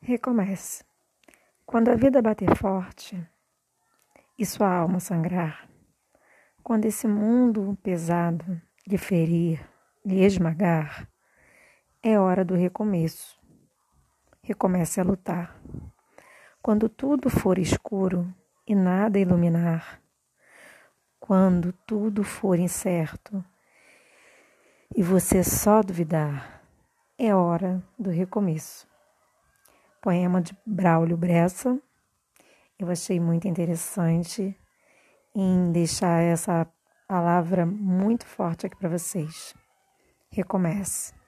Recomece. Quando a vida bater forte e sua alma sangrar, quando esse mundo pesado lhe ferir, lhe esmagar, é hora do recomeço. Recomece a lutar. Quando tudo for escuro e nada iluminar, quando tudo for incerto e você só duvidar, é hora do recomeço. Poema de Braulio Bessa. Eu achei muito interessante em deixar essa palavra muito forte aqui para vocês. Recomece.